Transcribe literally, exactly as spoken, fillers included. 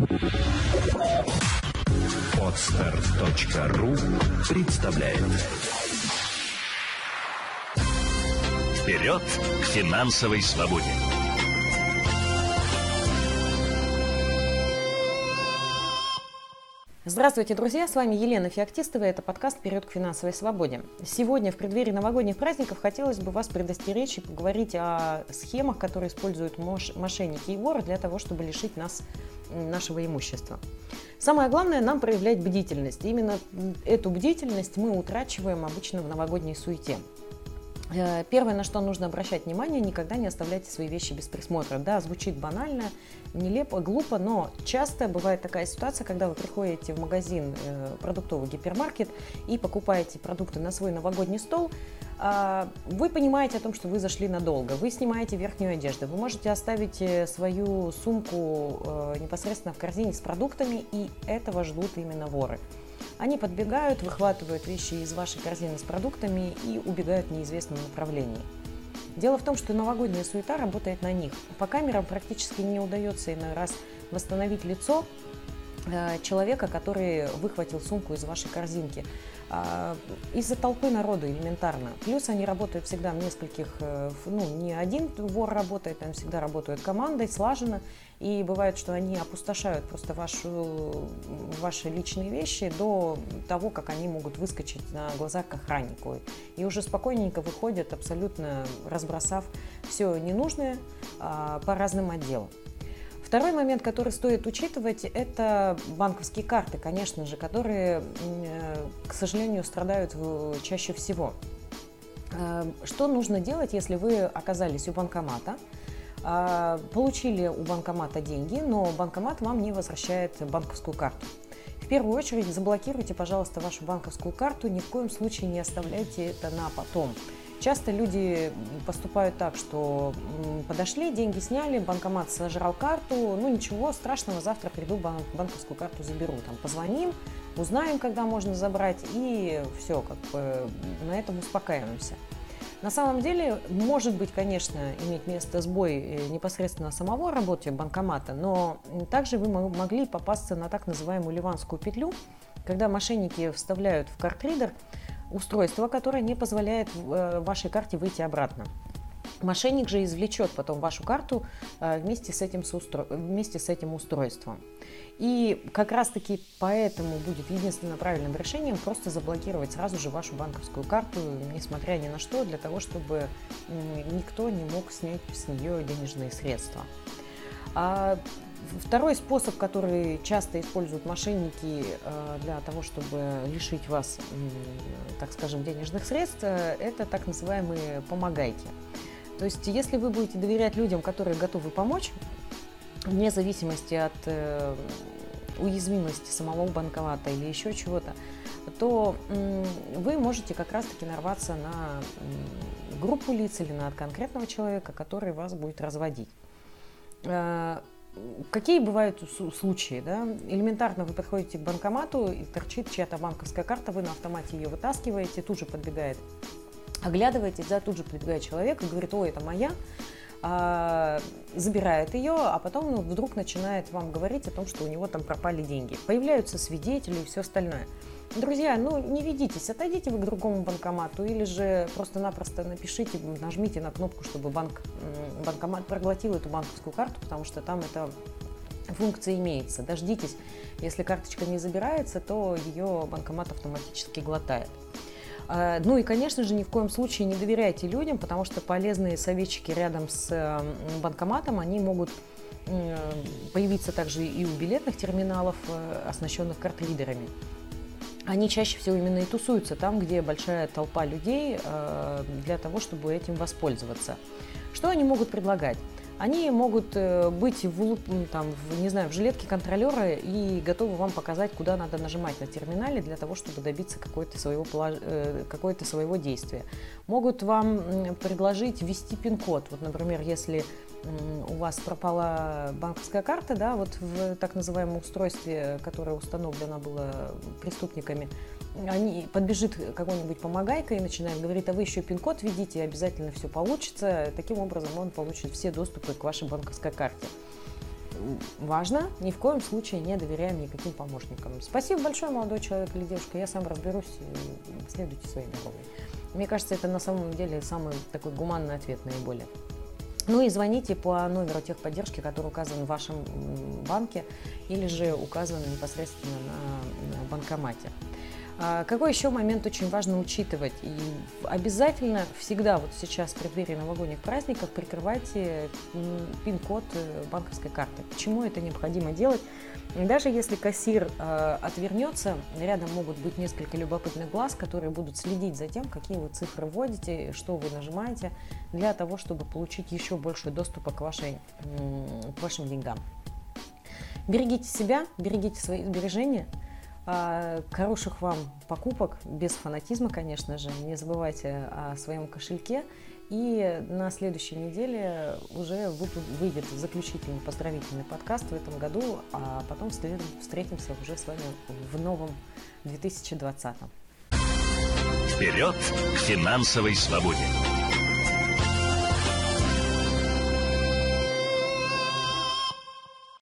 Подстер точка ру представляет. Вперед к финансовой свободе! Здравствуйте, друзья! С вами Елена Феоктистова. Это подкаст «Вперед к финансовой свободе». Сегодня, в преддверии новогодних праздников, хотелось бы вас предостеречь и поговорить о схемах, которые используют мошенники и воры для того, чтобы лишить нас нашего имущества. Самое главное, нам проявлять бдительность. Именно эту бдительность мы утрачиваем обычно в новогодней суете. Первое, на что нужно обращать внимание, никогда не оставляйте свои вещи без присмотра. Да, звучит банально, нелепо, глупо, но часто бывает такая ситуация, когда вы приходите в магазин, продуктовый гипермаркет и покупаете продукты на свой новогодний стол. Вы понимаете о том, что вы зашли надолго, вы снимаете верхнюю одежду, вы можете оставить свою сумку непосредственно в корзине с продуктами, и этого ждут именно воры. Они подбегают, выхватывают вещи из вашей корзины с продуктами и убегают в неизвестном направлении. Дело в том, что новогодняя суета работает на них. По камерам практически не удается иной раз восстановить лицо человека, который выхватил сумку из вашей корзинки. Из-за толпы народу элементарно. Плюс они работают всегда в нескольких, ну, не один вор работает, они всегда работают командой, слаженно. И бывает, что они опустошают просто вашу, ваши личные вещи до того, как они могут выскочить на глазах к охраннику. И уже спокойненько выходят, абсолютно разбросав все ненужное по разным отделам. Второй момент, который стоит учитывать, это банковские карты, конечно же, которые, к сожалению, страдают чаще всего. Что нужно делать, если вы оказались у банкомата, получили у банкомата деньги, но банкомат вам не возвращает банковскую карту? В первую очередь заблокируйте, пожалуйста, вашу банковскую карту, ни в коем случае не оставляйте это на потом. Часто люди поступают так, что подошли, деньги сняли, банкомат сожрал карту, ну ничего страшного, завтра приду, банковскую карту заберу. Там позвоним, узнаем, когда можно забрать, и все, как бы на этом успокаиваемся. На самом деле, может быть, конечно, иметь место сбой непосредственно самого работы банкомата, но также вы могли попасться на так называемую ливанскую петлю, когда мошенники вставляют в картридер устройство, которое не позволяет вашей карте выйти обратно. Мошенник же извлечет потом вашу карту вместе с этим, вместе с этим устройством. И как раз-таки поэтому будет единственным правильным решением просто заблокировать сразу же вашу банковскую карту, несмотря ни на что, для того, чтобы никто не мог снять с нее денежные средства. А второй способ, который часто используют мошенники для того, чтобы лишить вас, так скажем, денежных средств, это так называемые помогайки. То есть, если вы будете доверять людям, которые готовы помочь, вне зависимости от э, уязвимости самого банкомата или еще чего-то, то э, вы можете как раз-таки нарваться на э, группу лиц или на конкретного человека, который вас будет разводить. Э, какие бывают случаи? Да? Элементарно вы подходите к банкомату, и торчит чья-то банковская карта, вы на автомате ее вытаскиваете, тут же подбегает, оглядываетесь, да, тут же подбегает человек и говорит: ой, это моя. Забирает ее, а потом ну, вдруг начинает вам говорить о том, что у него там пропали деньги. Появляются свидетели и все остальное. Друзья, ну не ведитесь, отойдите вы к другому банкомату или же просто-напросто напишите, нажмите на кнопку, чтобы банк, банкомат проглотил эту банковскую карту, потому что там эта функция имеется. Дождитесь, если карточка не забирается, то ее банкомат автоматически глотает. Ну и, конечно же, ни в коем случае не доверяйте людям, потому что полезные советчики рядом с банкоматом, они могут появиться также и у билетных терминалов, оснащенных картридерами. Они чаще всего именно и тусуются там, где большая толпа людей, для того, чтобы этим воспользоваться. Что они могут предлагать? Они могут быть в, там, в, не знаю, в жилетке контролера и готовы вам показать, куда надо нажимать на терминале для того, чтобы добиться какой-то своего, какой-то своего действия. Могут вам предложить ввести пин-код. Вот, например, если у вас пропала банковская карта, да, вот в так называемом устройстве, которое установлено было преступниками, они, подбежит какой-нибудь помогайка и начинает говорить: а вы еще пин-код введите, обязательно все получится. Таким образом он получит все доступы к вашей банковской карте. важно, ни в коем случае не доверяем никаким помощникам. Спасибо большое, молодой человек или девушка, я сам разберусь, следуйте своей дорогой. Мне кажется, это на самом деле самый такой гуманный ответ наиболее. Ну и звоните по номеру техподдержки, который указан в вашем банке или же указан непосредственно на, на банкомате. А какой еще момент очень важно учитывать? И обязательно всегда вот сейчас в преддверии новогодних праздников прикрывайте пин-код банковской карты. Почему это необходимо делать? Даже если кассир э, отвернется, рядом могут быть несколько любопытных глаз, которые будут следить за тем, какие вы цифры вводите, что вы нажимаете, для того, чтобы получить еще больше доступа к, вашей, э, к вашим деньгам. Берегите себя, берегите свои сбережения. Э, хороших вам покупок, без фанатизма, конечно же. Не забывайте о своем кошельке. И на следующей неделе уже выйдет заключительный поздравительный подкаст в этом году, а потом встретимся уже с вами в новом две тысячи двадцатом. Вперед к финансовой свободе!